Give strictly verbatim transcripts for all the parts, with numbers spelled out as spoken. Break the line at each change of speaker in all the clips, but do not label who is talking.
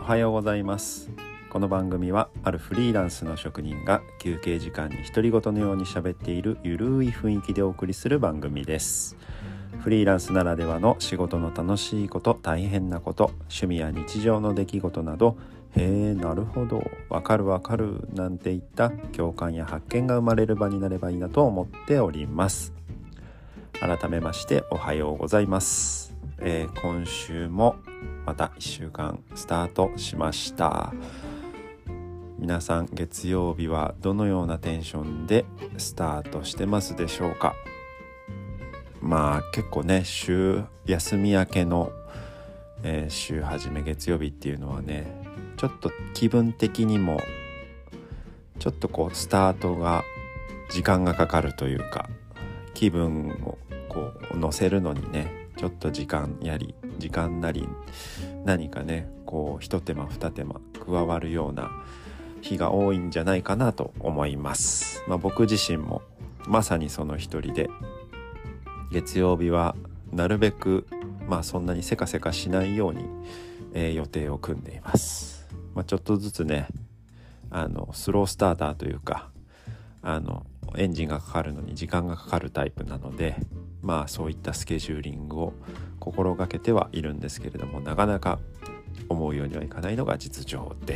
はようございます。この番組はあるフリーランスの職人が休憩時間に独り言のように喋っているゆるい雰囲気でお送りする番組です。フリーランスならではの仕事の楽しいこと、大変なこと、趣味や日常の出来事など、へえなるほど、わかるわかるなんていった共感や発見が生まれる場になればいいなと思っております。改めましておはようございます。えー、今週もまたいっしゅうかんスタートしました。皆さん月曜日はどのようなテンションでスタートしてますでしょうか。まあ結構ね、週休み明けの、えー、週始め月曜日っていうのはね、ちょっと気分的にもちょっとこうスタートが時間がかかるというか、気分をこう乗せるのにね、ちょっと時間やり時間なり何かね、こう一手間二手間加わるような日が多いんじゃないかなと思います。まあ、僕自身もまさにその一人で、月曜日はなるべくまあそんなにせかせかしないように、えー、予定を組んでいます。まあ、ちょっとずつね、あのスロースターターというか、あのエンジンがかかるのに時間がかかるタイプなので、まあそういったスケジューリングを心がけてはいるんですけれども、なかなか思うようにはいかないのが実情です。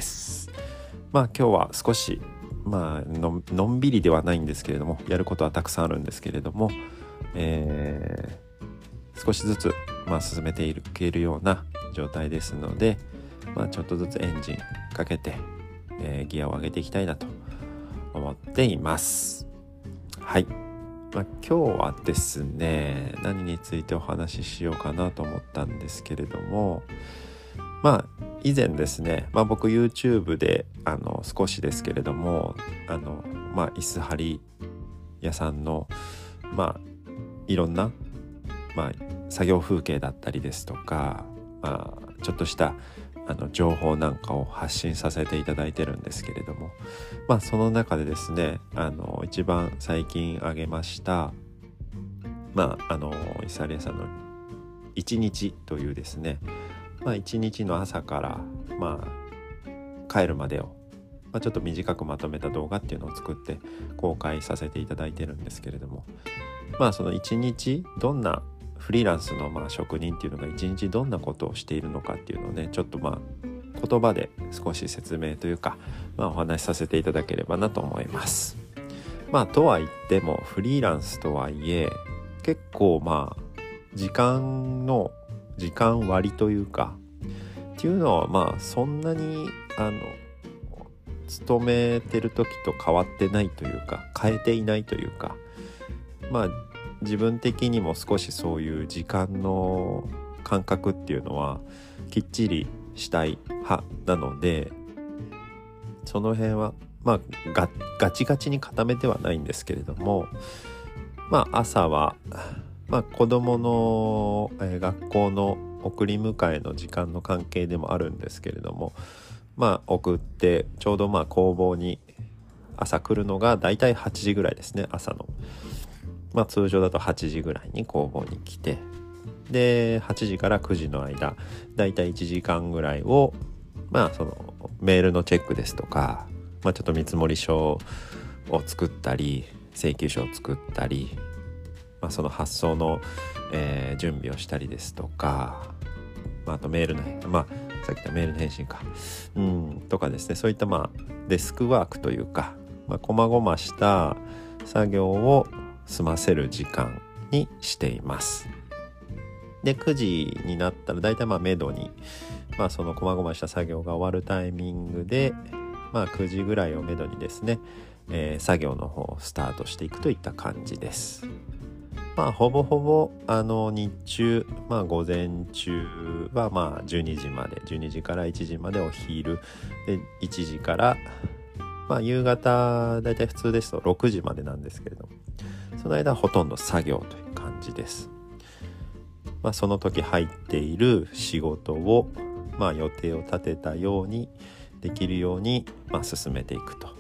まあ今日は少しまあ の, のんびりではないんですけれども、やることはたくさんあるんですけれども、えー、少しずつまあ進めていけるような状態ですので、まあ、ちょっとずつエンジンかけて、えー、ギアを上げていきたいなと思っています。はい、まあ、今日はですね、何についてお話ししようかなと思ったんですけれども、まあ以前ですね、まあ、僕 YouTube であの少しですけれども、あのまあ椅子張り屋さんのまあいろんな、まあ、作業風景だったりですとか、まあ、ちょっとしたあの情報なんかを発信させていただいてるんですけれども、まあその中でですね、あの一番最近あげましたまああのイサリアさんのいちにちというですね、まあいちにちの朝からまあ帰るまでを、まあ、ちょっと短くまとめた動画っていうのを作って公開させていただいてるんですけれども、まあそのいちにちどんなフリーランスのまあ職人っていうのが一日どんなことをしているのかっていうのをね、ちょっとまあ言葉で少し説明というか、まあ、お話しさせていただければなと思います。まあとは言ってもフリーランスとはいえ、結構まあ時間の時間割というかっていうのはまあそんなにあの勤めてる時と変わってないというか、変えていないというか、まあ自分的にも少しそういう時間の感覚っていうのはきっちりしたい派なので、その辺はまあ ガ, ガチガチに固めてはないんですけれども、まあ朝はまあ子供の、えー、学校の送り迎えの時間の関係でもあるんですけれども、まあ送ってちょうどまあ工房に朝来るのがだいたいはちじぐらいですね。朝のまあ通常だとはちじぐらいに工房に来て、ではちじからくじの間だいたいいちじかんぐらいをまあそのメールのチェックですとか、まあちょっと見積書を作ったり請求書を作ったり、まあ、その発送の、えー、準備をしたりですとか、まあ、あとメールのまあさっき言ったメールの返信かうんとかですね、そういったまあデスクワークというか、まあ、細々した作業を済ませる時間にしています。でくじになったらだいたいまあめどに、まあ、その細々した作業が終わるタイミングで、まあ、くじぐらいをめどにですね、えー、作業の方をスタートしていくといった感じです。まあほぼほぼあの日中、まあ午前中はまあじゅうにじまで、じゅうにじからいちじまでお昼で、いちじからまあ夕方だいたい普通ですとろくじまでなんですけれども、その間はほとんど作業という感じです。まあその時入っている仕事をまあ予定を立てたようにできるようにまあ進めていくと。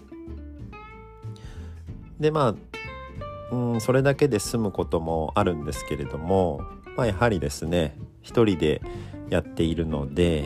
でまあうん、それだけで済むこともあるんですけれども、まあ、やはりですね一人でやっているので、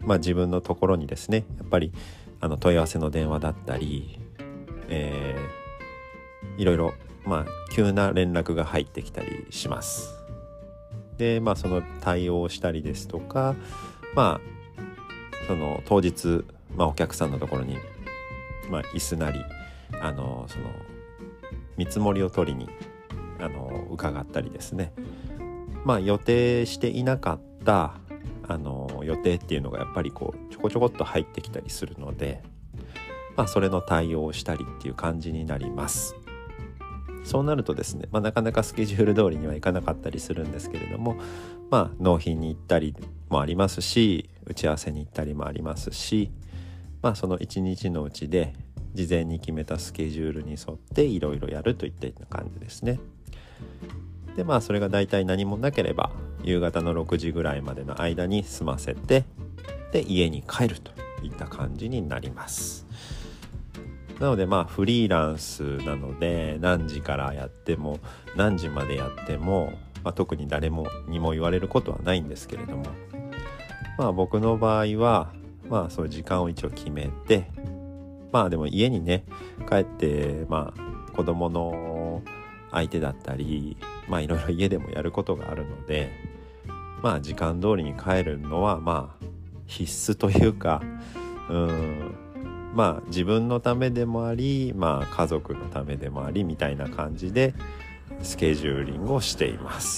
まあ、自分のところにですねやっぱりあの問い合わせの電話だったり、えー、いろいろまあ急な連絡が入ってきたりします。でまあその対応をしたりですとか、まあその当日、まあ、お客さんのところに、まあ、椅子なりあのその見積もりを取りにあの伺ったりですね、まあ予定していなかったあの予定っていうのがやっぱりこうちょこちょこっと入ってきたりするので、まあ、それの対応をしたりっていう感じになります。そうなるとですね、まあ、なかなかスケジュール通りにはいかなかったりするんですけれども、まあ、納品に行ったりもありますし、打ち合わせに行ったりもありますし、まあ、その一日のうちで事前に決めたスケジュールに沿っていろいろやるといった感じですね。でまあそれが大体何もなければ夕方のろくじぐらいまでの間に済ませて、で家に帰るといった感じになります。なのでまあフリーランスなので何時からやっても何時までやっても、まあ、特に誰もにも言われることはないんですけれども、まあ僕の場合はまあそういう時間を一応決めて、まあでも家にね帰ってまあ子供の相手だったり、まあいろいろ家でもやることがあるので、まあ時間通りに帰るのはまあ必須というか、うーんまあ自分のためでもあり、まあ家族のためでもありみたいな感じでスケジューリングをしています。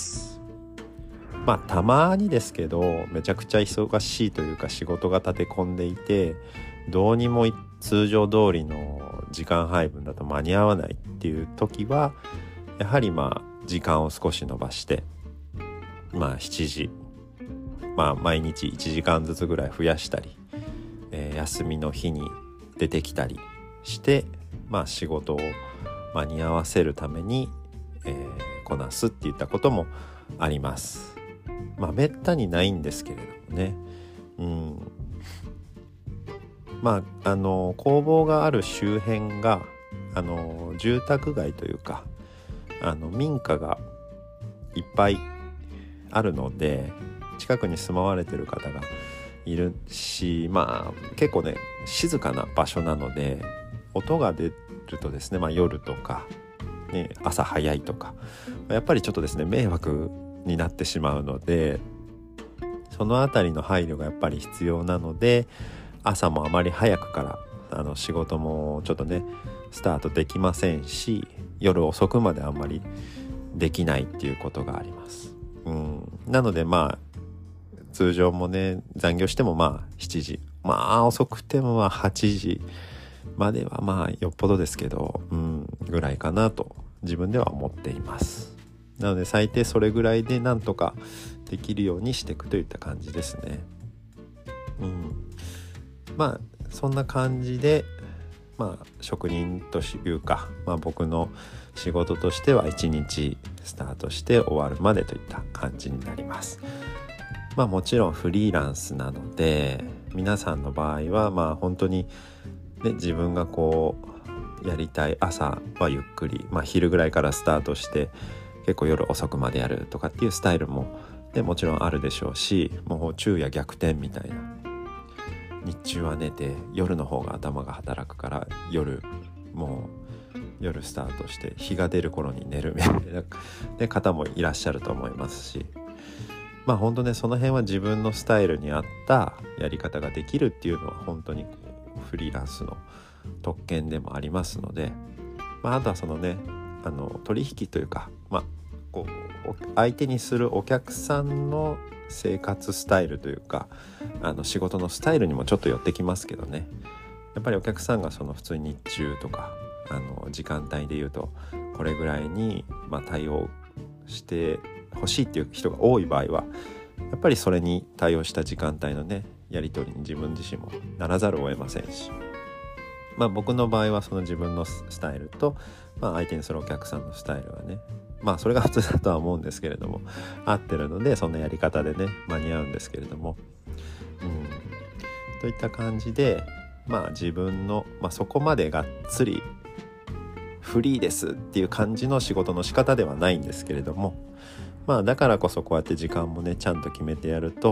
まあたまにですけどめちゃくちゃ忙しいというか仕事が立て込んでいて、どうにも通常通りの時間配分だと間に合わないっていう時はやはりまあ時間を少し延ばして、まあしちじ、まあ毎日いちじかんずつぐらい増やしたり、えー、休みの日に出てきたりして、まあ仕事を間に合わせるために、えー、こなすっていったこともあります。まあめったにないんですけれどもね、うん、まああの工房がある周辺があの住宅街というかあの民家がいっぱいあるので近くに住まわれてる方がいるし、まあ結構ね静かな場所なので音が出るとですね、まあ、夜とか、ね、朝早いとかやっぱりちょっとですね迷惑になってしまうので、そのあたりの配慮がやっぱり必要なので、朝もあまり早くからあの仕事もちょっとねスタートできませんし、夜遅くまであんまりできないっていうことがあります。うん、なのでまあ通常もね残業してもまあしちじ、まあ遅くてもまあはちじまではまあよっぽどですけど、うん、ぐらいかなと自分では思っています。なので最低それぐらいでなんとかできるようにしていくといった感じですね。うん、まあそんな感じでまあ職人というか、まあ、僕の仕事としてはいちにちスタートして終わるまでといった感じになります。まあもちろんフリーランスなので皆さんの場合はまあ本当に、ね、自分がこうやりたい朝はゆっくり、まあ、昼ぐらいからスタートして結構夜遅くまでやるとかっていうスタイルも、ね、もちろんあるでしょうし、もう昼夜逆転みたいな、日中は寝て夜の方が頭が働くから夜もう夜スタートして日が出る頃に寝るみたいな、ね、方もいらっしゃると思いますし、まあ本当ねその辺は自分のスタイルに合ったやり方ができるっていうのは本当にフリーランスの特権でもありますので、まあ、あとはそのねあの取引というか、まあ、こう相手にするお客さんの生活スタイルというかあの仕事のスタイルにもちょっと寄ってきますけどね、やっぱりお客さんがその普通に日中とかあの時間帯でいうとこれぐらいにまあ対応してほしいっていう人が多い場合はやっぱりそれに対応した時間帯のねやり取りに自分自身もならざるを得ませんし、まあ僕の場合はその自分のスタイルと、まあ、相手にするお客さんのスタイルがね、まあそれが普通だとは思うんですけれども合ってるのでそんなやり方でね間に合うんですけれども、うん、といった感じでまあ自分の、まあ、そこまでがっつりフリーですっていう感じの仕事の仕方ではないんですけれども、まあだからこそこうやって時間もねちゃんと決めてやると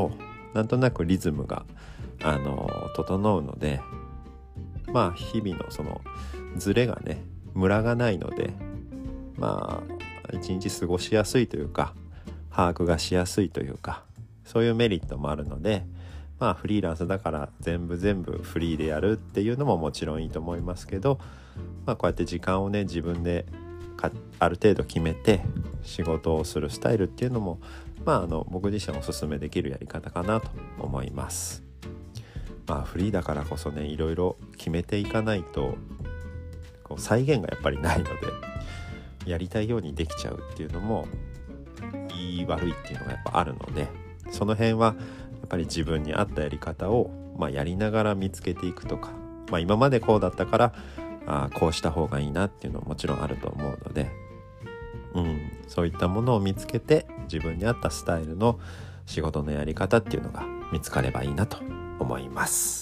なんとなくリズムがあの整うので、まあ日々のそのズレがねムラがないので、まあ一日過ごしやすいというか把握がしやすいというか、そういうメリットもあるので、まあフリーランスだから全部全部フリーでやるっていうのももちろんいいと思いますけど、まあこうやって時間をね自分でかある程度決めて仕事をするスタイルっていうのも、まああの僕自身おすすめできるやり方かなと思います。まあフリーだからこそねいろいろ決めていかないとこう再現がやっぱりないので、やりたいようにできちゃうっていうのもいい悪いっていうのがやっぱあるので、その辺はやっぱり自分に合ったやり方を、まあ、やりながら見つけていくとか、まあ、今までこうだったからあこうした方がいいなっていうのももちろんあると思うので、うん、そういったものを見つけて自分に合ったスタイルの仕事のやり方っていうのが見つかればいいなと思います。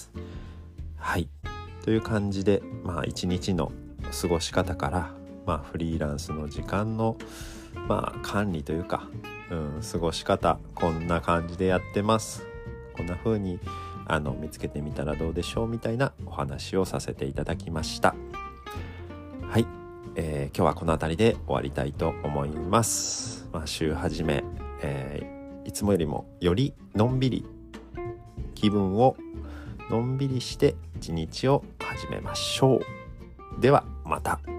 はい、という感じで、まあ一日の過ごし方から、まあ、フリーランスの時間の、まあ、管理というか、うん、過ごし方こんな感じでやってます、こんな風にあの見つけてみたらどうでしょうみたいなお話をさせていただきました。はい、えー、今日はこの辺りで終わりたいと思います。まあ、週始め、えー、いつもよりもよりのんびり気分をのんびりして一日を始めましょう。ではまた。